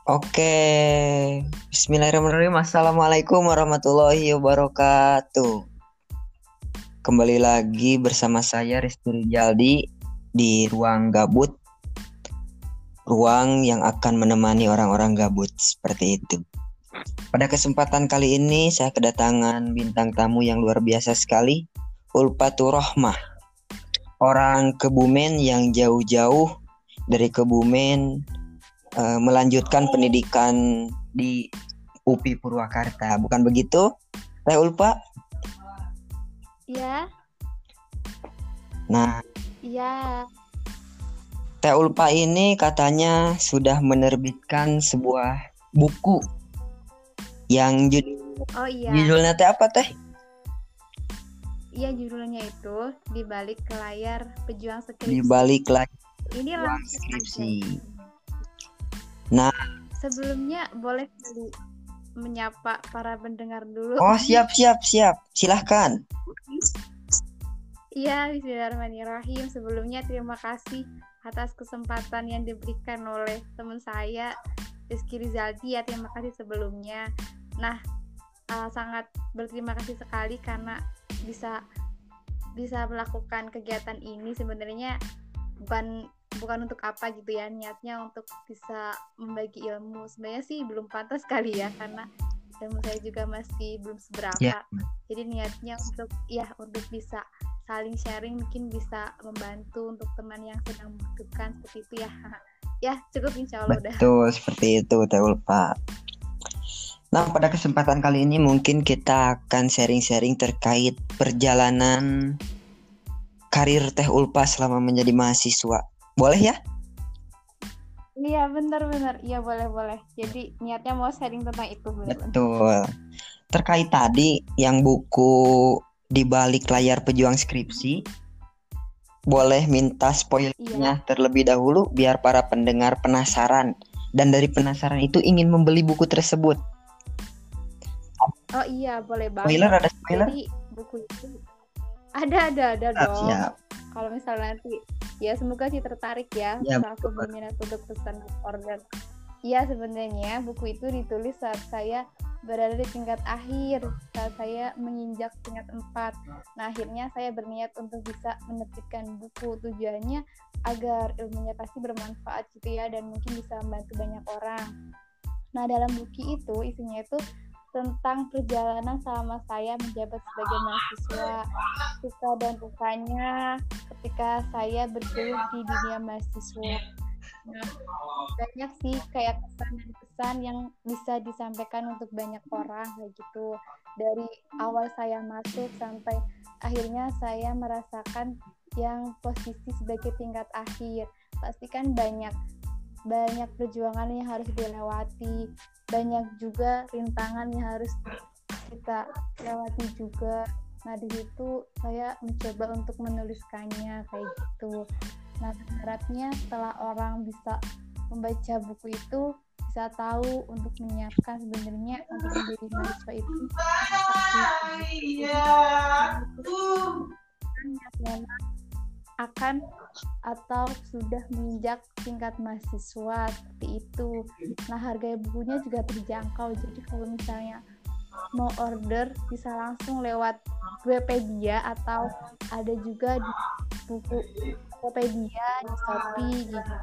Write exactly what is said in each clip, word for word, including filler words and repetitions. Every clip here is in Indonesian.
Oke, Bismillahirrahmanirrahim. Assalamualaikum warahmatullahi wabarakatuh. Kembali lagi bersama saya Rizky Rijaldi di ruang gabut, ruang yang akan menemani orang-orang gabut seperti itu. Pada kesempatan kali ini saya kedatangan bintang tamu yang luar biasa sekali, Ulfatur Rohmah, orang Kebumen yang jauh-jauh dari Kebumen Uh, melanjutkan pendidikan di U P I Purwakarta, bukan begitu, Teh Ulfa? Iya. Nah, Iya. Teh Ulfa ini katanya sudah menerbitkan sebuah buku yang judul Oh iya. judulnya teh apa teh? Iya, judulnya itu Di Balik Layar Pejuang Skripsi. Di Balik Layar Ini Pejuang langsung Skripsi. aja. Nah, sebelumnya boleh kali menyapa para pendengar dulu. Oh, siap siap siap. Silahkan. Iya, bismillahirrahmanirrahim. Sebelumnya terima kasih atas kesempatan yang diberikan oleh teman saya Rizky Rizaldi ya. Terima kasih sebelumnya. Nah, uh, sangat berterima kasih sekali karena bisa bisa melakukan kegiatan ini. Sebenarnya bukan bukan untuk apa gitu ya, niatnya untuk bisa membagi ilmu. Sebenarnya sih belum pantas kali ya, karena ilmu saya juga masih belum seberapa. Yeah. Jadi niatnya untuk ya untuk bisa saling sharing, mungkin bisa membantu untuk teman yang sedang membutuhkan seperti itu ya. Ya cukup, insya Allah. Betul, udah. Betul seperti itu Teh Ulfa. Nah, pada kesempatan kali ini mungkin kita akan sharing-sharing terkait perjalanan karir Teh Ulfa selama menjadi mahasiswa. Boleh ya? Iya, benar-benar. Iya, boleh-boleh. Jadi niatnya mau sharing tentang itu. Benar. Betul. Terkait tadi yang buku Di Balik Layar Pejuang Skripsi, boleh minta spoilernya iya. terlebih dahulu biar para pendengar penasaran. Dan dari penasaran itu ingin membeli buku tersebut. Oh iya, boleh banget. Spoiler, ada spoiler? Jadi buku itu ada, ada, ada siap, dong. Siap. Kalau misalnya nanti, ya semoga sih tertarik ya, ya saat aku berminat untuk pesan order. Iya, sebenarnya buku itu ditulis saat saya berada di tingkat akhir, saat saya menginjak tingkat empat. Nah, akhirnya saya berniat untuk bisa menerbitkan buku. Tujuannya agar ilmunya pasti bermanfaat gitu ya, dan mungkin bisa membantu banyak orang. Nah, dalam buku itu, isinya itu tentang perjalanan selama saya menjabat sebagai mahasiswa, suka dan dukanya ketika saya bergelut di dunia mahasiswa. Nah, banyak sih kayak pesan dan pesan yang bisa disampaikan untuk banyak orang kayak gitu. Dari awal saya masuk sampai akhirnya saya merasakan yang posisi sebagai tingkat akhir. Pasti kan banyak banyak perjuangan yang harus dilewati, banyak juga rintangan yang harus kita lewati juga. Nah, di situ saya mencoba untuk menuliskannya kayak gitu. Nah, berharapnya setelah orang bisa membaca buku itu bisa tahu untuk menyiapkan sebenarnya untuk menjadi mahasiswa itu memang akan atau sudah menginjak tingkat mahasiswa seperti itu. Nah, harga bukunya juga terjangkau. Jadi kalau misalnya mau order bisa langsung lewat Webedia atau ada juga di buku Tokopedia, di Shopee gitu.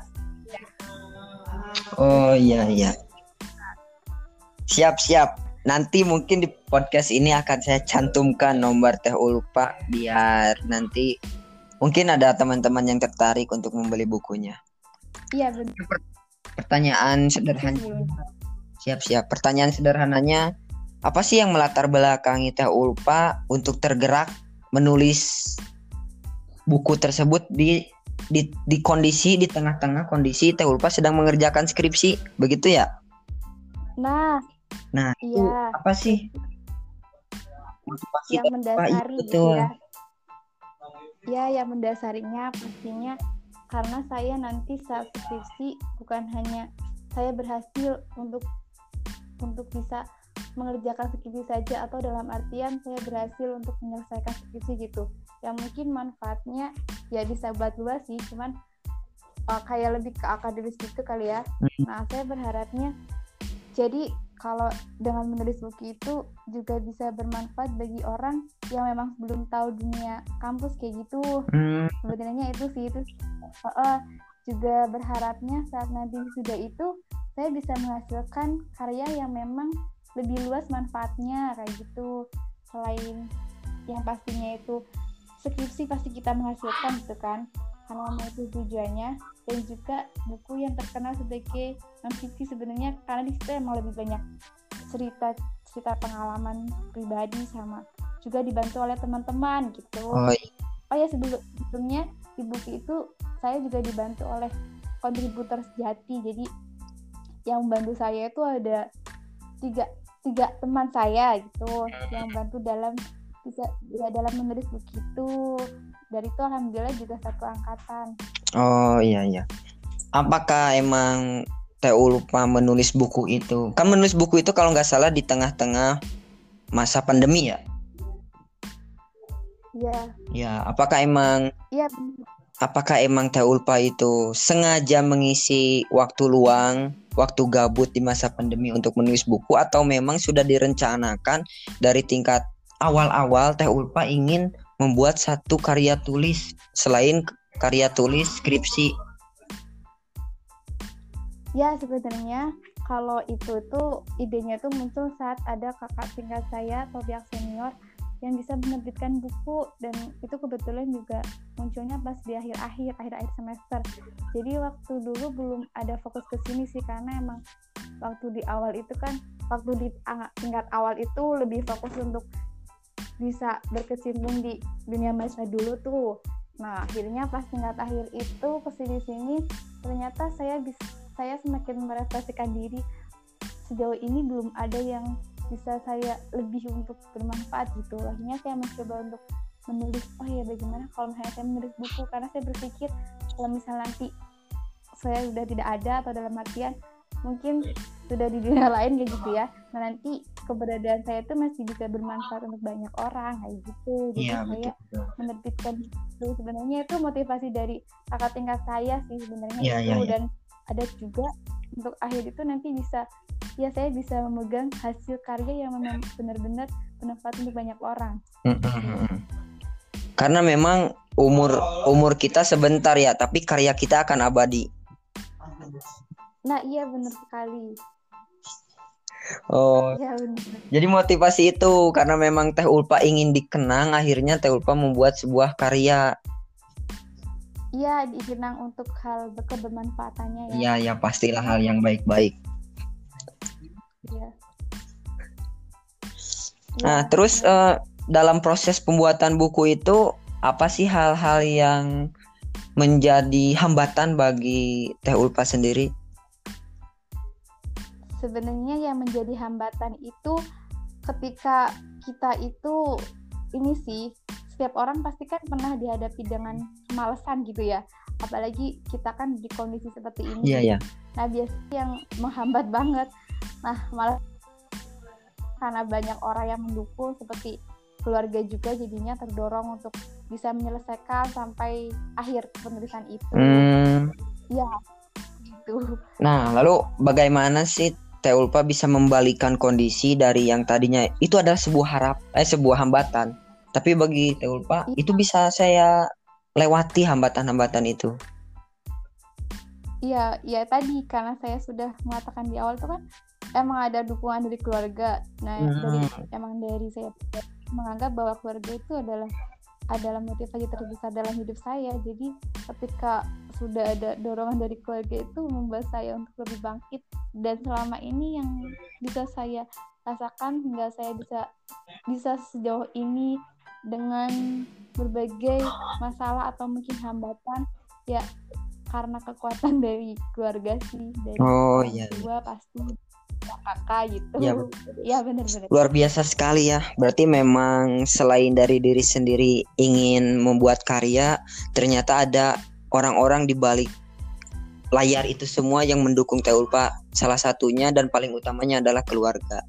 Oh iya iya. Siap-siap. Nanti mungkin di podcast ini akan saya cantumkan nomor Teh Ulfa biar nanti mungkin ada teman-teman yang tertarik untuk membeli bukunya. Iya, benar. Pertanyaan sederhana. Siap-siap. Pertanyaan sederhananya, apa sih yang melatar belakangi Teh Ulfa untuk tergerak menulis buku tersebut di di di kondisi di tengah-tengah kondisi Teh Ulfa sedang mengerjakan skripsi, begitu ya? Nah, nah iya. Itu apa sih yang mendasari gitu ya? Ya, yang mendasarinya pastinya karena saya nanti saat skripsi bukan hanya saya berhasil untuk untuk bisa mengerjakan skripsi saja, atau dalam artian saya berhasil untuk menyelesaikan skripsi gitu. Yang mungkin manfaatnya ya bisa buat luas sih, cuman uh, kayak lebih ke akademis gitu kali ya. Nah, saya berharapnya Jadi kalau dengan menulis buku itu juga bisa bermanfaat bagi orang yang memang belum tahu dunia kampus kayak gitu. Hmm. Sebenarnya itu sih itu uh, uh, juga berharapnya saat nanti sudah itu saya bisa menghasilkan karya yang memang lebih luas manfaatnya kayak gitu. Selain yang pastinya itu skripsi pasti kita menghasilkan gitu kan, karena memang itu tujuannya. Dan juga buku yang terkenal sebagai non-fiksi sebenarnya karena di situ emang lebih banyak cerita cerita pengalaman pribadi sama juga dibantu oleh teman-teman gitu. Oh, oh ya sebelum, sebelumnya di buku itu saya juga dibantu oleh kontributor sejati. Jadi yang membantu saya itu ada tiga tiga teman saya gitu yang bantu dalam bisa ya, dalam menulis buku itu. Dari itu alhamdulillah juga satu angkatan. Oh iya iya. Apakah emang Teh Ulfa menulis buku itu? Kan menulis buku itu kalau nggak salah di tengah-tengah masa pandemi ya? Iya. Ya, apakah emang? Iya. Apakah emang Teh Ulfa itu sengaja mengisi waktu luang, waktu gabut di masa pandemi untuk menulis buku, atau memang sudah direncanakan dari tingkat awal-awal Teh Ulfa ingin membuat satu karya tulis selain karya tulis skripsi? Ya sebenarnya kalau itu tuh idenya tuh muncul saat ada kakak tingkat saya atau pihak senior yang bisa menerbitkan buku, dan itu kebetulan juga munculnya pas di akhir-akhir akhir-akhir semester. Jadi waktu dulu belum ada fokus ke sini sih, karena emang waktu di awal itu kan waktu di tingkat awal itu lebih fokus untuk bisa berkecimpung di dunia mahasiswa dulu tuh. Nah akhirnya pas tingkat akhir itu kesini-sini ternyata saya bisa saya semakin merefleksikan diri, sejauh ini belum ada yang bisa saya lebih untuk bermanfaat gitu. Akhirnya saya mencoba untuk menulis, oh ya bagaimana kalau misalnya saya menulis buku, karena saya berpikir kalau misalnya nanti saya sudah tidak ada atau dalam artian mungkin sudah di dunia lain kayak gitu ya, nah nanti keberadaan saya itu masih bisa bermanfaat untuk banyak orang kayak gitu. Jadi ya, saya betul. menerbitkan itu sebenarnya itu motivasi dari kakak tingkat saya sih sebenarnya ya, itu ya, ya. Dan ada juga untuk akhir itu nanti bisa ya saya bisa memegang hasil karya yang memang benar-benar bermanfaat untuk banyak orang. Mm-hmm. Karena memang umur umur kita sebentar ya, tapi karya kita akan abadi. Nah iya benar sekali. Oh ya, benar. Jadi motivasi itu karena memang Teh Ulfa ingin dikenang, akhirnya Teh Ulfa membuat sebuah karya. Iya, dikenang untuk hal kebermanfaatannya ya. Iya ya, pastilah hal yang baik-baik. Iya. Nah ya, terus ya. Uh, dalam proses pembuatan buku itu apa sih hal-hal yang menjadi hambatan bagi Teh Ulfa sendiri? Sebenarnya yang menjadi hambatan itu ketika kita itu ini sih, setiap orang pasti kan pernah dihadapi dengan kemalasan gitu ya, apalagi kita kan di kondisi seperti ini. Iya, iya. Nah biasanya yang menghambat banget, nah malah karena banyak orang yang mendukung seperti keluarga juga, jadinya terdorong untuk bisa menyelesaikan sampai akhir penulisan itu. Hmm. Ya gitu. Nah lalu bagaimana sih Teh Ulfa bisa membalikan kondisi dari yang tadinya itu adalah sebuah harap eh sebuah hambatan, tapi bagi Teh Ulfa iya. itu bisa saya lewati hambatan-hambatan itu. Iya, ya tadi karena saya sudah mengatakan di awal itu kan emang ada dukungan dari keluarga. Nah, hmm. dari emang dari saya menganggap bahwa keluarga itu adalah adalah motivasi terbesar dalam hidup saya. Jadi ketika sudah ada dorongan dari keluarga itu membuat saya untuk lebih bangkit, dan selama ini yang bisa saya rasakan hingga saya bisa bisa sejauh ini dengan berbagai masalah atau mungkin hambatan ya karena kekuatan dari keluarga sih, dari oh, iya, tua pasti kakak gitu. Ya, ya benar-benar. Luar biasa sekali ya. Berarti memang selain dari diri sendiri ingin membuat karya, ternyata ada orang-orang di balik layar itu semua yang mendukung Teh Ulfa. Salah satunya dan paling utamanya adalah keluarga.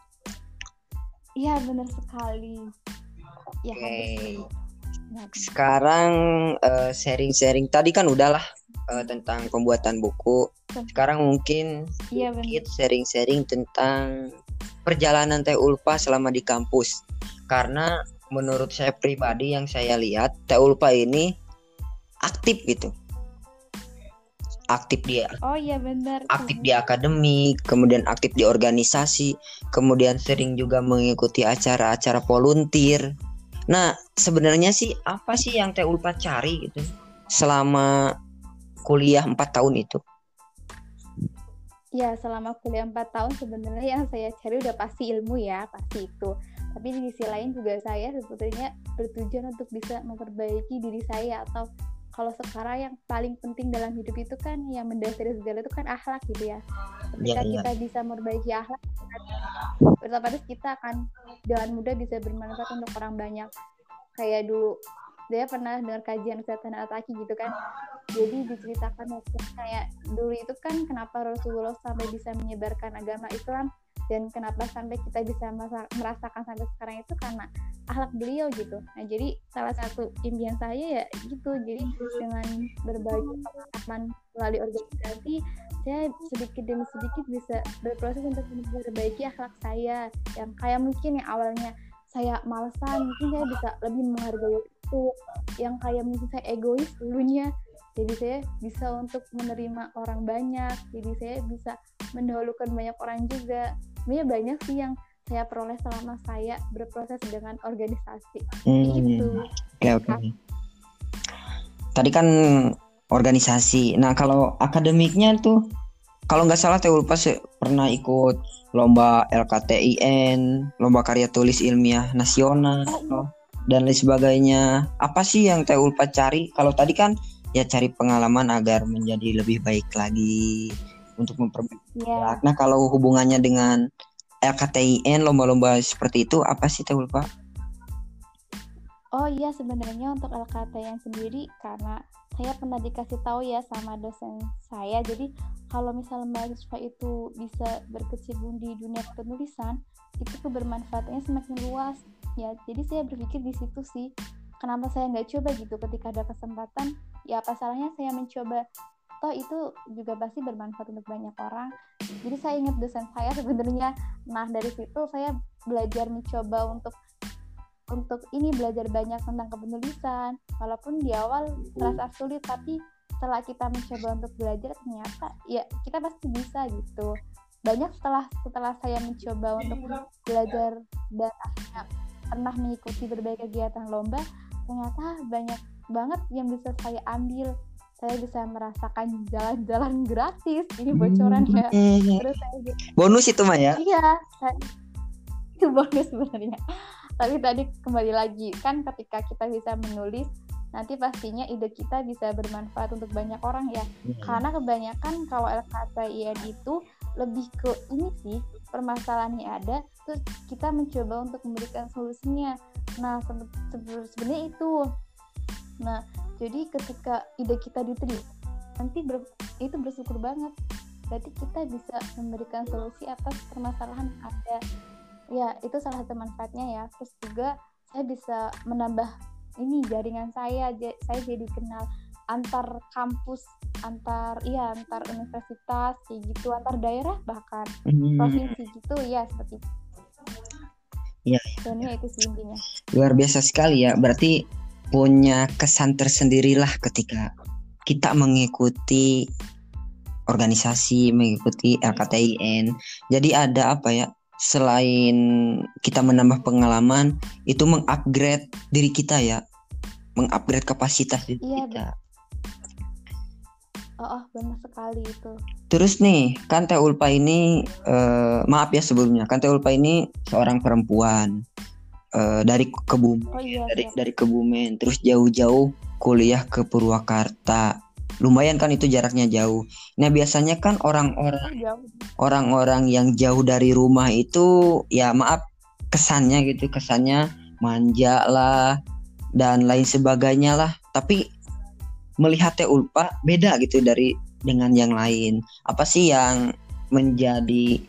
Iya benar sekali. Ya, Oke. Okay. Sekarang uh, sharing-sharing tadi kan udahlah uh, tentang pembuatan buku. Sekarang mungkin Iya, sedikit sharing-sharing tentang perjalanan Teh Ulfa selama di kampus. Karena menurut saya pribadi yang saya lihat, Teh Ulfa ini aktif gitu. Aktif di Oh iya benar. Aktif di akademik, kemudian aktif di organisasi, kemudian sering juga mengikuti acara-acara volunteer. Nah, sebenarnya sih apa sih yang Teh Ulfa cari gitu selama kuliah empat tahun itu? Ya, selama kuliah empat tahun sebenarnya yang saya cari udah pasti ilmu ya, pasti itu. Tapi di sisi lain juga saya sebetulnya bertujuan untuk bisa memperbaiki diri saya, atau kalau sekarang yang paling penting dalam hidup itu kan yang mendasari segala itu kan akhlak gitu ya. Ketika ya, ya. kita bisa memperbaiki akhlak, otomatis kita akan dengan mudah bisa bermanfaat untuk orang banyak. Kayak dulu dia pernah dengar kajian kesehatan Al-Taki gitu kan. Jadi diceritakan kayak dulu itu kan kenapa Rasulullah sampai bisa menyebarkan agama Islam dan kenapa sampai kita bisa merasakan sampai sekarang itu karena akhlak beliau gitu. Nah, jadi salah satu impian saya ya gitu. Jadi dengan berbagi pengalaman melalui organisasi, saya sedikit demi sedikit bisa berproses untuk memperbaiki akhlak saya yang kayak mungkin yang awalnya saya malesan, mungkin saya bisa lebih menghargai itu. Yang kayak mungkin saya egois dulunya, jadi saya bisa untuk menerima orang banyak, jadi saya bisa mendahulukan banyak orang juga. Sebenarnya banyak sih yang saya peroleh selama saya berproses dengan organisasi. Hmm. Gitu. Oke oke. Tadi kan organisasi. Nah kalau akademiknya tuh, kalau nggak salah Teh Ulfa pernah ikut lomba L K T I N, lomba karya tulis ilmiah nasional, oh, dan lain sebagainya. Apa sih yang Teh Ulfa cari? Kalau tadi kan ya cari pengalaman agar menjadi lebih baik lagi untuk memperbaiki. Yeah. Nah kalau hubungannya dengan L K T I N, lomba-lomba seperti itu apa sih Teh Ulfa? Oh iya, sebenarnya untuk L K T I N sendiri karena saya pernah dikasih tahu ya sama dosen saya, jadi kalau misalnya mahasiswa itu bisa berkecimpung di dunia penulisan, itu kebermanfaatannya semakin luas ya. Jadi saya berpikir di situ sih, kenapa saya nggak coba gitu ketika ada kesempatan, ya apa salahnya saya mencoba, toh itu juga pasti bermanfaat untuk banyak orang. Jadi saya ingat dosen saya sebenarnya. Nah dari situ saya belajar mencoba untuk untuk ini belajar banyak tentang kepenulisan, walaupun di awal terasa sulit, tapi setelah kita mencoba untuk belajar ternyata ya kita pasti bisa gitu. Banyak setelah setelah saya mencoba untuk belajar dan akhirnya pernah mengikuti berbagai kegiatan lomba, ternyata banyak banget yang bisa saya ambil. Saya bisa merasakan jalan-jalan gratis, ini bocoran ya. Terus saya bonus itu mah ya? Iya, saya, itu bonus sebenarnya. Tapi tadi kembali lagi, kan ketika kita bisa menulis, nanti pastinya ide kita bisa bermanfaat untuk banyak orang ya. Hmm. Karena kebanyakan kalau L K T I N itu lebih ke ini sih, permasalahannya ada, terus kita mencoba untuk memberikan solusinya. Nah, sebenarnya itu. Nah, jadi ketika ide kita diterima, nanti ber, itu bersyukur banget. Berarti kita bisa memberikan solusi atas permasalahan yang ada. Ya, itu salah satu manfaatnya ya. Terus juga saya bisa menambah ini jaringan saya. Saya jadi kenal antar kampus, antar iya antar universitas kayak gitu, antar daerah bahkan hmm. provinsi gitu ya, seperti itu. Iya. Sebenarnya itu sih intinya. Luar biasa sekali ya. Berarti punya kesan tersendirilah ketika kita mengikuti organisasi, mengikuti L K T I N. Jadi ada apa ya? Selain kita menambah pengalaman, itu mengupgrade diri kita ya, mengupgrade kapasitas diri iya, kita. Oh, oh, benar sekali itu. Terus nih, kan Teh Ulfa ini, uh, maaf ya sebelumnya, kan Teh Ulfa ini seorang perempuan uh, dari Kebumen, oh, iya, dari iya. dari Kebumen, terus jauh-jauh kuliah ke Purwakarta. Lumayan kan itu jaraknya jauh. Nah biasanya kan orang-orang orang-orang yang jauh dari rumah itu ya maaf kesannya gitu, kesannya manja lah dan lain sebagainya lah. Tapi melihat Teh Ulfa beda gitu dari dengan yang lain. Apa sih yang menjadi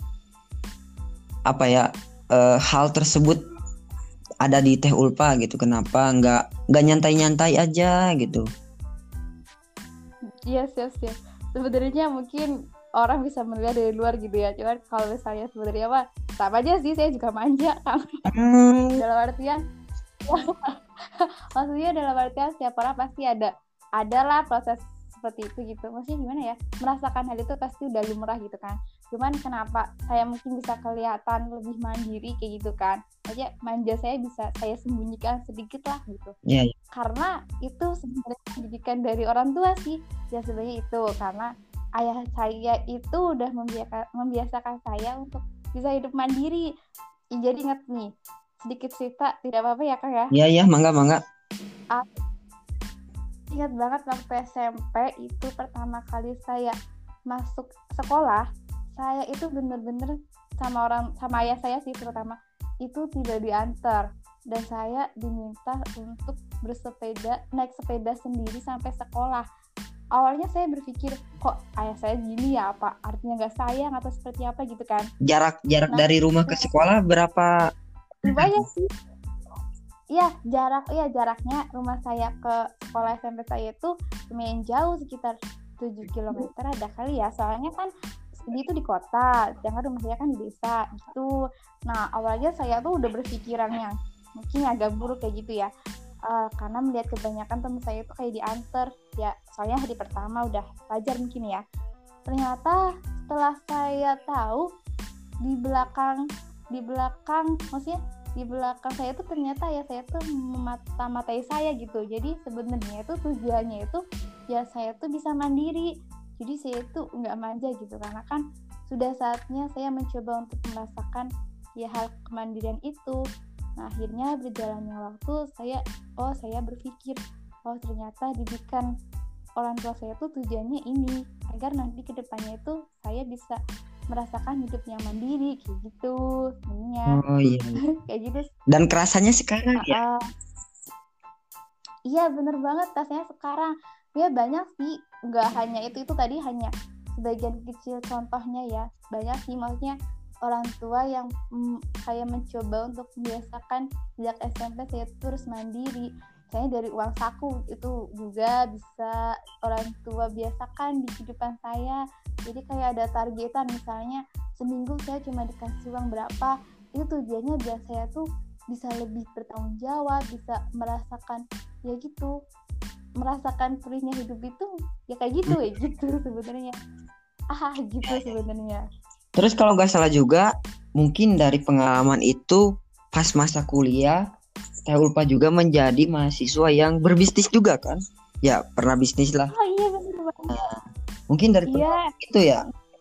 apa ya e, hal tersebut ada di Teh Ulfa gitu? Kenapa nggak nggak nyantai-nyantai aja gitu? Iya siap siap. Sebenarnya mungkin orang bisa melihat dari luar gitu ya. Cuman kalau misalnya sebenarnya mah sama aja sih, saya juga manja kan. Hmm. Dalam artian maksudnya dalam artian setiap orang pasti ada adalah proses seperti itu gitu. Maksudnya gimana ya? Merasakan hal itu pasti udah lumrah gitu kan. Cuman kenapa saya mungkin bisa kelihatan lebih mandiri kayak gitu kan? Maksudnya manja saya bisa saya sembunyikan sedikit lah gitu. Iya. Yeah. Karena itu sebenarnya pendidikan dari orang tua sih. Ya sebenarnya itu karena ayah saya itu udah membiasakan, membiasakan saya untuk bisa hidup mandiri. Jadi ingat nih, sedikit cerita tidak apa-apa ya Kak ya? Iya iya, mangga mangga. Ah, ingat banget waktu S M P itu pertama kali saya masuk sekolah, saya itu bener-bener sama orang sama ayah saya sih terutama itu tidak diantar dan saya diminta untuk bersepeda naik sepeda sendiri sampai sekolah. Awalnya saya berpikir kok ayah saya gini ya, apa artinya nggak sayang atau seperti apa gitu kan. Jarak jarak nah, dari rumah ke sekolah berapa? Lumayan sih. Iya jarak iya jaraknya rumah saya ke sekolah S M P saya itu lumayan jauh, sekitar tujuh kilometer ada kali ya, soalnya kan itu di kota, sedangkan rumah saya kan di desa gitu. Nah awalnya saya tuh udah berpikiran yang mungkin agak buruk kayak gitu ya, uh, karena melihat kebanyakan teman saya itu kayak diantar ya, soalnya hari pertama udah wajar mungkin ya. Ternyata setelah saya tahu di belakang di belakang maksudnya di belakang saya tuh ternyata ya saya tuh memata-matai saya gitu. Jadi sebenarnya itu tujuannya itu ya saya tuh bisa mandiri. Jadi saya tuh nggak manja gitu, karena kan sudah saatnya saya mencoba untuk merasakan ya hal kemandirian itu. Nah akhirnya berjalannya waktu saya oh saya berpikir oh ternyata didikan orang tua saya tuh tujuannya ini agar nanti kedepannya itu saya bisa merasakan hidup yang mandiri kayak gitu sebenarnya. Oh iya. Kayak gitu. Dan kerasanya sekarang uh, ya? Uh, iya bener banget rasanya sekarang. Ya banyak sih, nggak hanya itu itu tadi hanya sebagian kecil contohnya ya. Banyak sih maksudnya orang tua yang mm, kayak mencoba untuk membiasakan sejak S M P saya terus mandiri. Saya dari uang saku itu juga bisa orang tua biasakan di kehidupan saya. Jadi kayak ada targetan, misalnya seminggu saya cuma dikasih uang berapa, itu tujuannya biar saya tuh bisa lebih bertanggung jawab, bisa merasakan ya gitu, merasakan perihnya hidup itu ya kayak gitu ya gitu sebenarnya. Ah gitu sebenarnya. Terus kalau nggak salah juga mungkin dari pengalaman itu pas masa kuliah Teh Ulfa juga menjadi mahasiswa yang berbisnis juga kan? Ya pernah bisnis lah. Oh iya benar banget. Nah, mungkin dari iya. itu ya.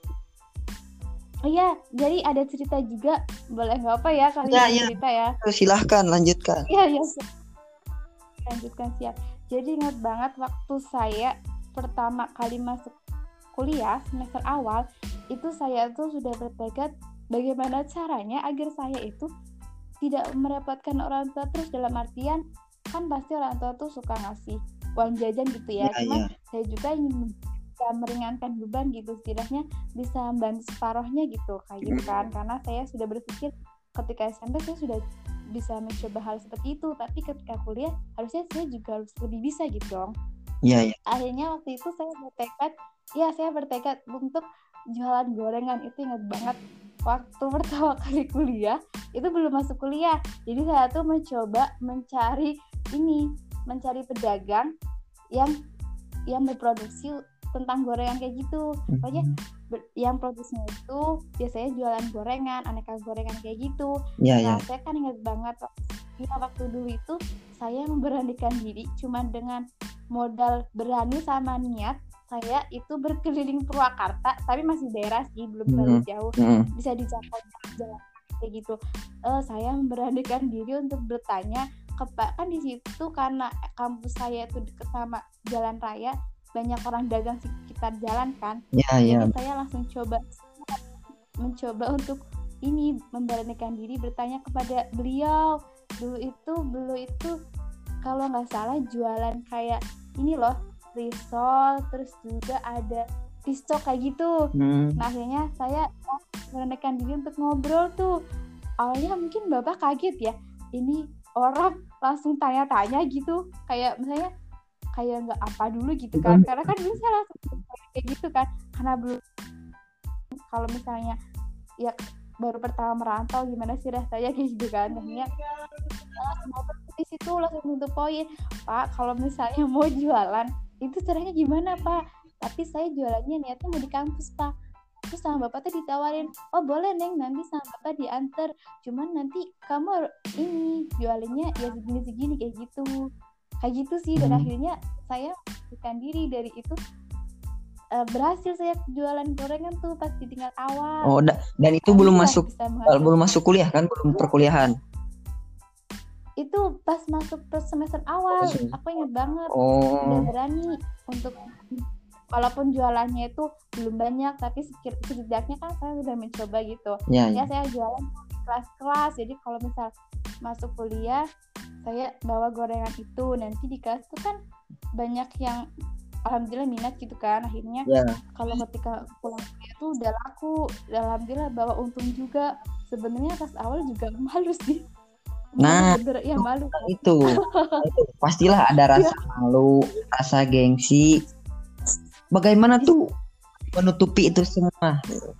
Oh iya, jadi ada cerita juga, boleh nggak apa ya kali ya, ya. cerita ya? Silahkan lanjutkan. Iya iya. Lanjutkan siap. Jadi ingat banget waktu saya pertama kali masuk kuliah semester awal itu saya tuh sudah bertekad bagaimana caranya agar saya itu tidak merepotkan orang tua terus, dalam artian kan pasti orang tua tuh suka ngasih uang jajan gitu ya, ya cuman ya. Saya juga ingin bisa meringankan beban gitu, setidaknya bisa membantu separohnya gitu kayak gitu kan, karena saya sudah berpikir ketika S M P saya sudah bisa mencoba hal seperti itu, tapi ketika kuliah harusnya saya juga harus lebih bisa gitu dong. Iya, ya. Akhirnya waktu itu saya bertekad, ya saya bertekad untuk jualan gorengan. Itu ingat banget waktu pertama kali kuliah, itu belum masuk kuliah. Jadi saya tuh mencoba mencari ini, mencari pedagang yang yang berproduksi tentang gorengan kayak gitu. Pokoknya ber- yang produksinya itu biasanya jualan gorengan, aneka gorengan kayak gitu. Ya, nah, ya. saya kan ingat banget ya, waktu dulu itu saya memberanikan diri cuma dengan modal berani sama niat. Saya itu berkeliling Purwakarta, tapi masih daerah sih, belum terlalu mm-hmm. jauh, mm-hmm. bisa dijangkau jalan kayak gitu. Uh, saya memberanikan diri untuk bertanya ke Pak, kan di situ karena kampus saya itu dekat sama jalan raya, banyak orang dagang sekitar jalan kan. Yeah, Jadi yeah. saya langsung coba mencoba untuk ini memberanikan diri bertanya kepada beliau. Dulu itu beliau itu kalau nggak salah jualan kayak ini loh, risol, terus juga ada pisco kayak gitu. Hmm. Nah akhirnya saya memberanikan diri untuk ngobrol tuh. Awalnya mungkin bapak kaget ya, ini orang langsung tanya-tanya gitu, kayak misalnya kayak nggak apa dulu gitu kan, karena kan dulu saya langsung kayak gitu kan, karena belum, kalau misalnya ya baru pertama merantau gimana sih rasanya kayak gitu kan, akhirnya mau di situ langsung tutup poin, Pak kalau misalnya mau jualan itu caranya gimana Pak, tapi saya jualannya niatnya mau di kampus Pak. Terus sama bapak tuh ditawarin, oh boleh Neng, nanti sama bapak diantar, cuman nanti kamu ini jualannya ya segini-segini kayak gitu, kayak gitu sih. Dan hmm. akhirnya saya membuka diri dari itu, uh, berhasil saya jualan gorengan tuh pas di tingkat awal. Oh, da- dan itu belum masuk, belum masuk kuliah kan, belum perkuliahan? Itu pas masuk semester awal, aku ingat banget, oh. udah berani untuk, walaupun jualannya itu belum banyak, tapi setidaknya kan saya sudah mencoba gitu. Ya, ya, ya. Saya jualan di kelas-kelas, jadi kalau misal masuk kuliah, saya bawa gorengan itu, nanti di kelas itu kan banyak yang alhamdulillah minat gitu kan, akhirnya ya. Kalau ketika pulang kuliah itu udah laku, alhamdulillah bawa untung juga. Sebenarnya pas awal juga malu sih. Nah, bener, ya malu itu, itu pastilah ada rasa malu, rasa gengsi. Bagaimana tuh menutupi itu semua?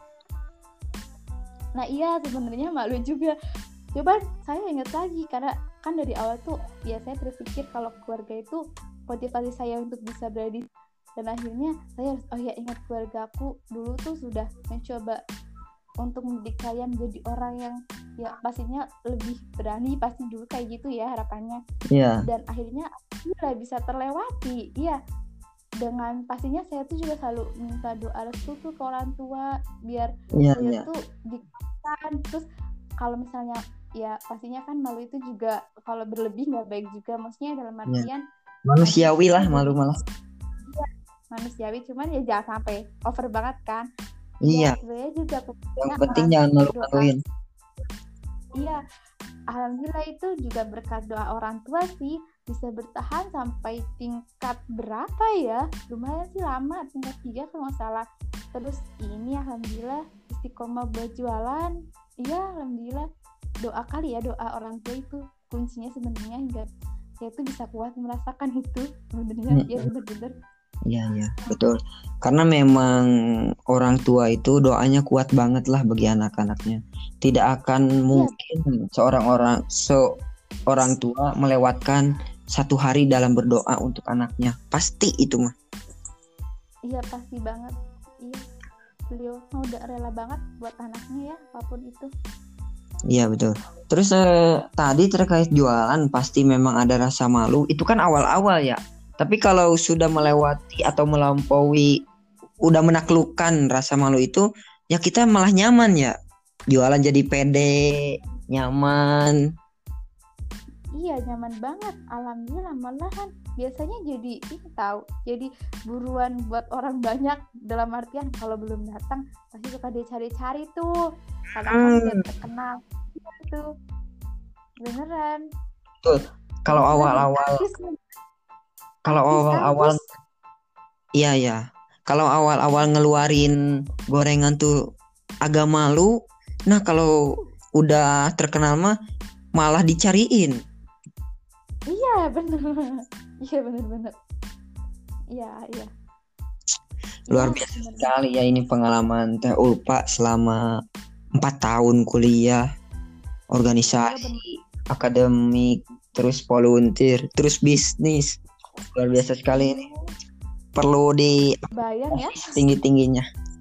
Nah iya, sebenarnya malu juga. Coba saya ingat lagi, karena kan dari awal tuh ya saya berpikir kalau keluarga itu motivasi saya untuk bisa berada, dan akhirnya saya harus, oh ya ingat keluargaku dulu tuh sudah mencoba untuk mendidik saya menjadi orang yang ya pastinya lebih berani, pasti dulu kayak gitu ya harapannya. Iya. Dan akhirnya tidak bisa terlewati. Iya. Dengan pastinya saya tuh juga selalu minta doa restu tuh ke orang tua biar yeah, saya yeah. tuh dikuatkan. Terus kalau misalnya ya pastinya kan malu itu juga kalau berlebih nggak baik juga, maksudnya dalam artian yeah. manusiawi lah malu malah. Ya, manusiawi, cuman ya jangan sampai over banget kan. Iya. Ya, juga yang penting jangan malu-maluin. Iya, alhamdulillah itu juga berkat doa orang tua sih bisa bertahan sampai tingkat berapa ya, lumayan sih lama, tingkat tiga kalau nggak salah. Terus ini alhamdulillah istiqomah buat jualan. Iya alhamdulillah, doa kali ya, doa orang tua itu kuncinya sebenarnya hingga saya itu bisa kuat merasakan itu sebenarnya. Ya benar-benar. Iya iya betul, karena memang orang tua itu doanya kuat banget lah bagi anak-anaknya. Tidak akan mungkin ya. seorang orang seorang tua melewatkan satu hari dalam berdoa untuk anaknya, pasti itu mah. Iya pasti banget. Iya, beliau udah rela banget buat anaknya ya, apapun itu. Iya betul. Terus eh, tadi terkait jualan pasti memang ada rasa malu. Itu kan awal-awal ya. Tapi kalau sudah melewati atau melampaui, udah menaklukkan rasa malu itu, ya kita malah nyaman ya. Jualan jadi pede, nyaman. Iya nyaman banget, alhamdulillah. Malahan biasanya jadi ini tahu, jadi buruan buat orang banyak, dalam artian kalau belum datang pasti suka dia cari-cari tuh, karena hmm. kan terkenal itu beneran. Tuh kalau awal-awal. Kalau awal-awal, iya ya. Kalau awal-awal ngeluarin gorengan tuh agak malu. Nah kalau udah terkenal mah malah dicariin. Iya benar, iya benar-benar. Iya iya. Luar ya, biasa bener. Sekali ya ini pengalaman Teh Ulfa selama empat tahun kuliah, organisasi, ya, akademik, terus volunteer, terus bisnis. Luar biasa sekali ini, perlu di bayang ya tinggi-tingginya.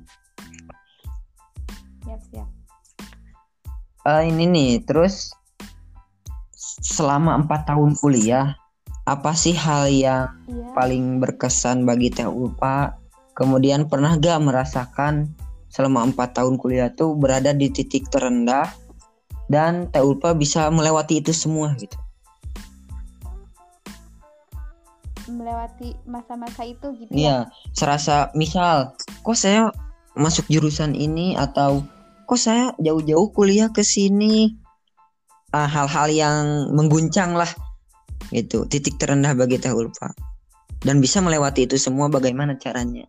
Siap siap. Uh, ini nih, terus selama empat tahun kuliah, apa sih hal yang yeah. paling berkesan bagi Teh Ulfa? Kemudian pernah gak merasakan selama empat tahun kuliah tuh berada di titik terendah dan Teh Ulfa bisa melewati itu semua gitu? Melewati masa-masa itu gitu ya? Iya, serasa misal kok saya masuk jurusan ini atau kok saya jauh-jauh kuliah ke sini, ah, hal-hal yang mengguncang lah gitu, titik terendah bagi Teh Ulfa dan bisa melewati itu semua, bagaimana caranya?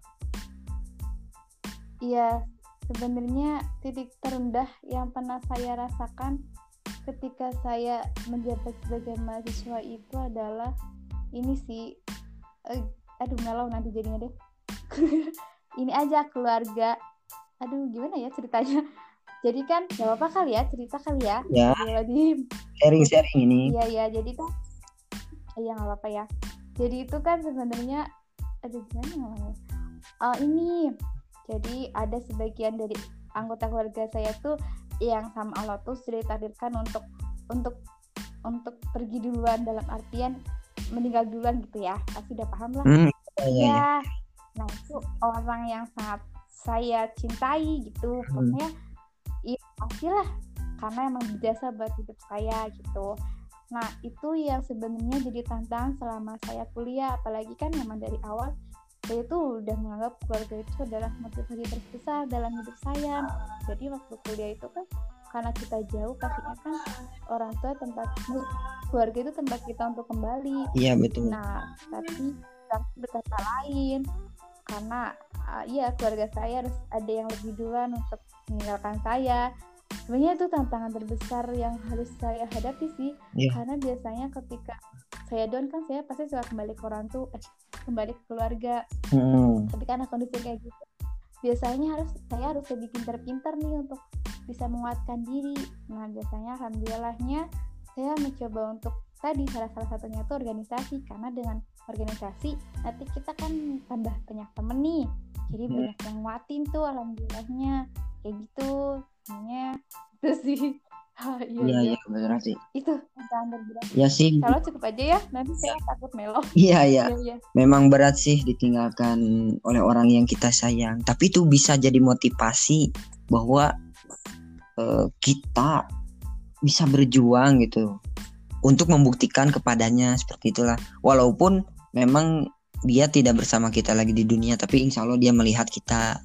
Iya, sebenarnya titik terendah yang pernah saya rasakan ketika saya menjabat sebagai mahasiswa itu adalah ini sih, uh, aduh galau nanti jadinya deh. Ini aja keluarga, aduh gimana ya ceritanya. Jadi kan gak apa-apa kali ya cerita kali ya. Ya. Sharing-sharing ini. Iya iya jadi kan, iya nggak apa-apa ya. Jadi itu kan sebenarnya, aduh gimana namanya? Uh, ini, jadi ada sebagian dari anggota keluarga saya tuh yang sama Allah tuh sudah ditakdirkan untuk untuk untuk pergi duluan, dalam artian meninggal duluan gitu ya, pasti udah paham lah. Hmm, ya, ya. Nah itu orang yang sangat saya cintai gitu, hmm. pokoknya iya pastilah karena emang berjasa buat hidup saya gitu. Nah itu yang sebenarnya jadi tantangan selama saya kuliah, apalagi kan memang dari awal saya itu udah menganggap keluarga itu adalah motivasi terbesar dalam hidup saya. Jadi waktu kuliah itu kan karena kita jauh, pastinya kan orang tua tempat keluarga itu tempat kita untuk kembali. Iya betul. Nah tapi berkata lain, karena uh, iya keluarga saya harus ada yang lebih duluan untuk meninggalkan saya. Sebenarnya itu tantangan terbesar yang harus saya hadapi sih, yeah. Karena biasanya ketika saya down kan saya pasti suka kembali ke orang tua, eh, kembali ke keluarga. Hmm. Tapi karena kondisi kayak gitu, biasanya harus saya harus lebih pintar-pintar nih untuk bisa menguatkan diri. Nah biasanya alhamdulillahnya saya mencoba untuk tadi salah salah satunya itu organisasi, karena dengan organisasi nanti kita kan tambah banyak temen nih, jadi hmm. banyak yang nguatin tuh alhamdulillahnya kayak gitu. Sebenarnya itu sih. Ha, iya iya benar sih. Itu tantangan terberat. Iya sih. Kalau cukup aja ya, nanti saya takut melo. Iya iya. Memang berat sih ditinggalkan oleh orang yang kita sayang. Tapi itu bisa jadi motivasi bahwa uh, kita bisa berjuang gitu untuk membuktikan kepadanya seperti itulah. Walaupun memang dia tidak bersama kita lagi di dunia, tapi insya Allah dia melihat kita.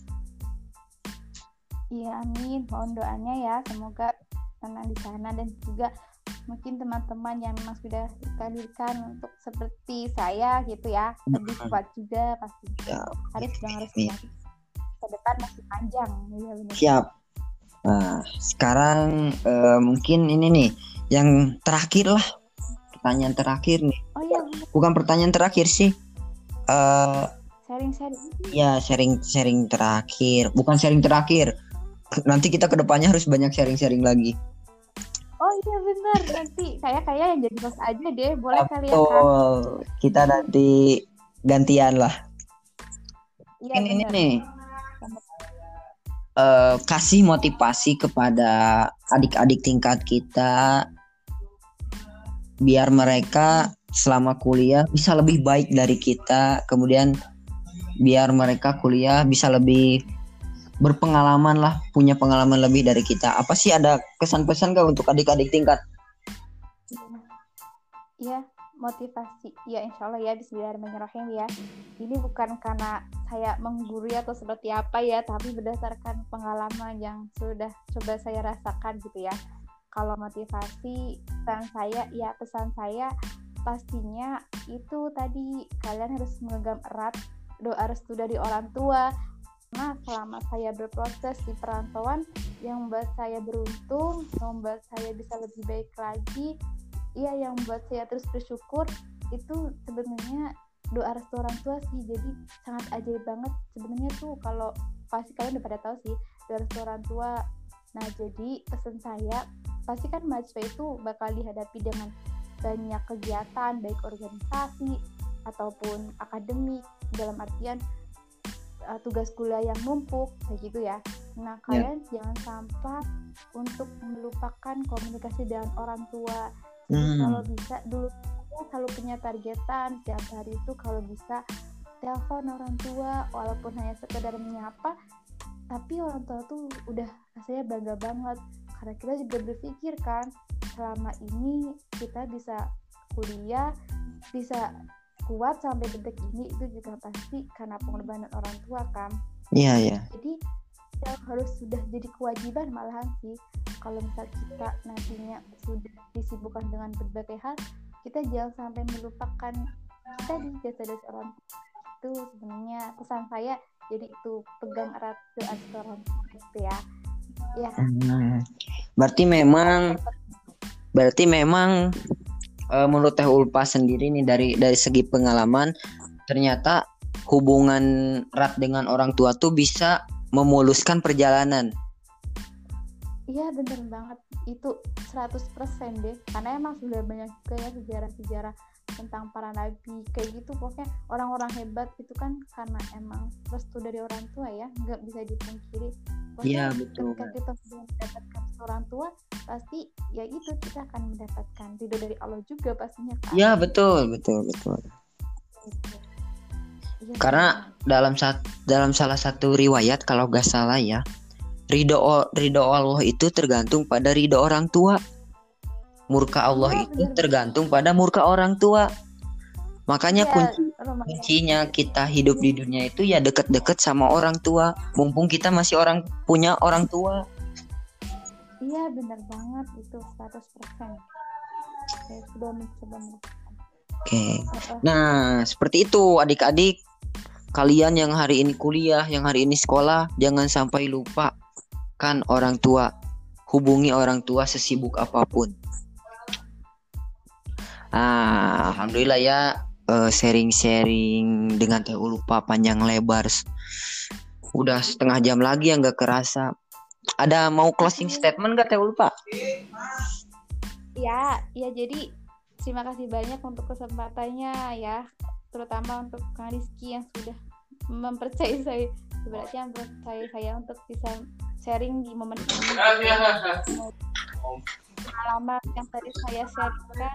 Iya amin, mohon doanya ya, semoga tenang di sana, dan juga mungkin teman-teman yang memang sudah ditakdirkan untuk seperti saya gitu ya, lebih kuat juga pasti. Ya, harus dan harus ya. Ke depan masih panjang. Ya, benar. Siap. Nah, sekarang uh, mungkin ini nih yang terakhir lah, pertanyaan terakhir nih. Oh iya. Bukan pertanyaan terakhir sih. Uh, sharing-sharing. Ya sharing-sharing terakhir, bukan sharing terakhir. Nanti kita kedepannya harus banyak sharing-sharing lagi. Oh iya benar, nanti saya kayak yang jadi host aja deh, boleh kali ya kan? Kita nanti gantian lah. Iya, ini ini nih, uh, kasih motivasi kepada adik-adik tingkat kita, biar mereka selama kuliah bisa lebih baik dari kita, kemudian biar mereka kuliah bisa lebih berpengalaman lah, punya pengalaman lebih dari kita. Apa sih, ada kesan-pesan gak untuk adik-adik tingkat? Iya, motivasi. Ya insya Allah ya, bismillahirrahmanirrahim ya. Ini bukan karena saya menggurui atau seperti apa ya, tapi berdasarkan pengalaman yang sudah coba saya rasakan gitu ya. Kalau motivasi, pesan saya, ya pesan saya pastinya itu tadi, kalian harus menggenggam erat doa restu dari orang tua. Nah, selama saya berproses di perantauan, yang membuat saya beruntung, yang membuat saya bisa lebih baik lagi, iya yang membuat saya terus bersyukur, itu sebenarnya doa restu orang tua sih. Jadi sangat ajaib banget sebenarnya tuh, kalau pasti kalian udah pada tahu sih doa restu orang tua. Nah, jadi pesan saya, pasti kan mahasiswa itu bakal dihadapi dengan banyak kegiatan, baik organisasi ataupun akademik, dalam artian Uh, tugas kuliah yang numpuk kayak gitu ya. Nah kalian yeah. jangan sampai untuk melupakan komunikasi dengan orang tua. Jadi mm. kalau bisa dulu ya, selalu punya targetan setiap hari itu, kalau bisa telepon orang tua walaupun hanya sekedar menyapa, tapi orang tua tuh udah rasanya bangga banget, karena kita juga berpikir kan selama ini kita bisa kuliah, bisa kuat sampai detik ini, itu juga pasti karena pengorbanan orang tua kan. Iya, iya. Jadi yang harus sudah jadi kewajiban malahan sih, kalau misal kita nantinya sudah disibukkan dengan berbagai hal, kita jangan sampai melupakan kita di jasa-jasa orang tua. Itu sebenarnya pesan saya, jadi itu pegang erat doa orang tua gitu ya. Ya. Hmm. Berarti memang berarti memang Uh, menurut Teh Ulfa sendiri nih, dari dari segi pengalaman, ternyata hubungan erat dengan orang tua tuh bisa memuluskan perjalanan. Iya bener banget, itu seratus persen deh, karena emang sudah banyak juga ya sejarah-sejarah tentang para nabi kayak gitu. Pokoknya orang-orang hebat itu kan karena emang restu dari orang tua ya, nggak bisa dipungkiri. Iya betul. Ketika kita sudah mendapatkan orang tua, pasti ya itu kita akan mendapatkan ridho dari Allah juga pastinya kan. Iya betul betul betul. Gitu. Ya, karena kan? dalam saat dalam salah satu riwayat kalau gak salah ya, ridho ridho Allah itu tergantung pada ridho orang tua. Murka Allah ya, itu bener. tergantung pada murka orang tua. Makanya ya, kunci kuncinya kita hidup di dunia itu ya deket-deket sama orang tua. Mumpung kita masih orang punya orang tua. Iya benar banget, itu seratus persen. Saya sudah mencoba melakukan. Oke. Nah, seperti itu adik-adik. Kalian yang hari ini kuliah, yang hari ini sekolah, jangan sampai lupa kan orang tua. Hubungi orang tua sesibuk apapun. Ah, alhamdulillah ya, uh, sharing-sharing dengan Teh Ulfa panjang lebar. Udah setengah jam lagi yang gak kerasa. Ada mau closing statement gak Teh Ulfa? Ya, ya jadi terima kasih banyak untuk kesempatannya ya, terutama untuk Kang Rizky yang sudah mempercayai saya, sebenarnya mempercayai saya untuk bisa sharing di momen ini. Pengalaman yang tadi saya sharingkan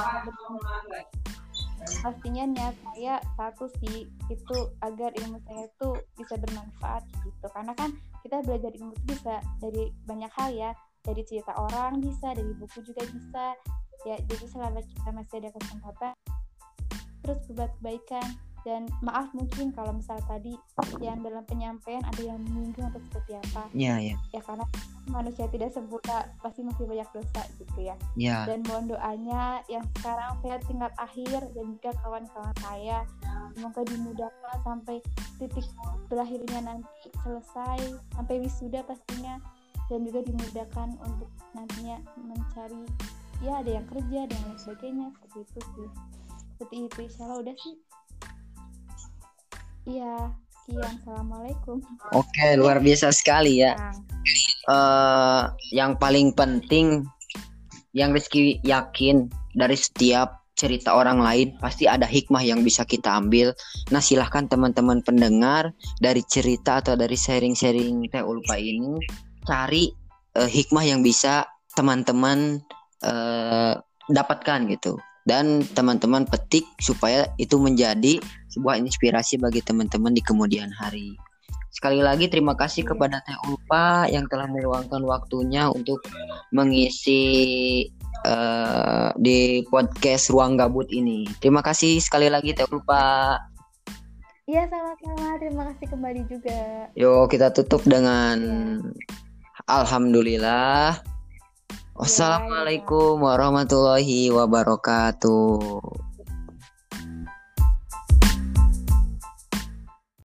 pastinya niat saya satu sih itu agar ilmu saya itu bisa bermanfaat gitu, karena kan kita belajar ilmu itu bisa dari banyak hal ya, dari cerita orang bisa, dari buku juga bisa ya. Jadi selama kita masih ada kesempatan terus berbuat kebaikan. Dan maaf mungkin kalau misal tadi yang dalam penyampaian ada yang menyinggung atau seperti apa. Iya, iya. Ya karena manusia tidak sempurna, pasti masih banyak dosa gitu ya. Iya. Dan mohon doanya yang sekarang saya tingkat akhir dan juga kawan-kawan saya, semoga dimudahkan sampai titik berakhirnya nanti selesai, sampai wisuda pastinya, dan juga dimudahkan untuk nantinya mencari ya ada yang kerja dan lain sebagainya, seperti itu sih. Seperti itu, insyaallah udah sih. Iya, sekian. Assalamualaikum. Oke, luar biasa sekali ya. Nah. Uh, yang paling penting, yang Rizky yakin dari setiap cerita orang lain pasti ada hikmah yang bisa kita ambil. Nah, silahkan teman-teman pendengar dari cerita atau dari sharing-sharing Teh Ulfa ini cari uh, hikmah yang bisa teman-teman uh, dapatkan gitu. Dan teman-teman petik supaya itu menjadi sebuah inspirasi bagi teman-teman di kemudian hari. Sekali lagi terima kasih kepada Teh Ulfa yang telah meluangkan waktunya untuk mengisi uh, di podcast Ruang Gabut ini. Terima kasih sekali lagi Teh Ulfa. Iya, sama-sama. Terima kasih kembali juga. Yuk kita tutup dengan ya. Alhamdulillah. Wassalamualaikum warahmatullahi wabarakatuh.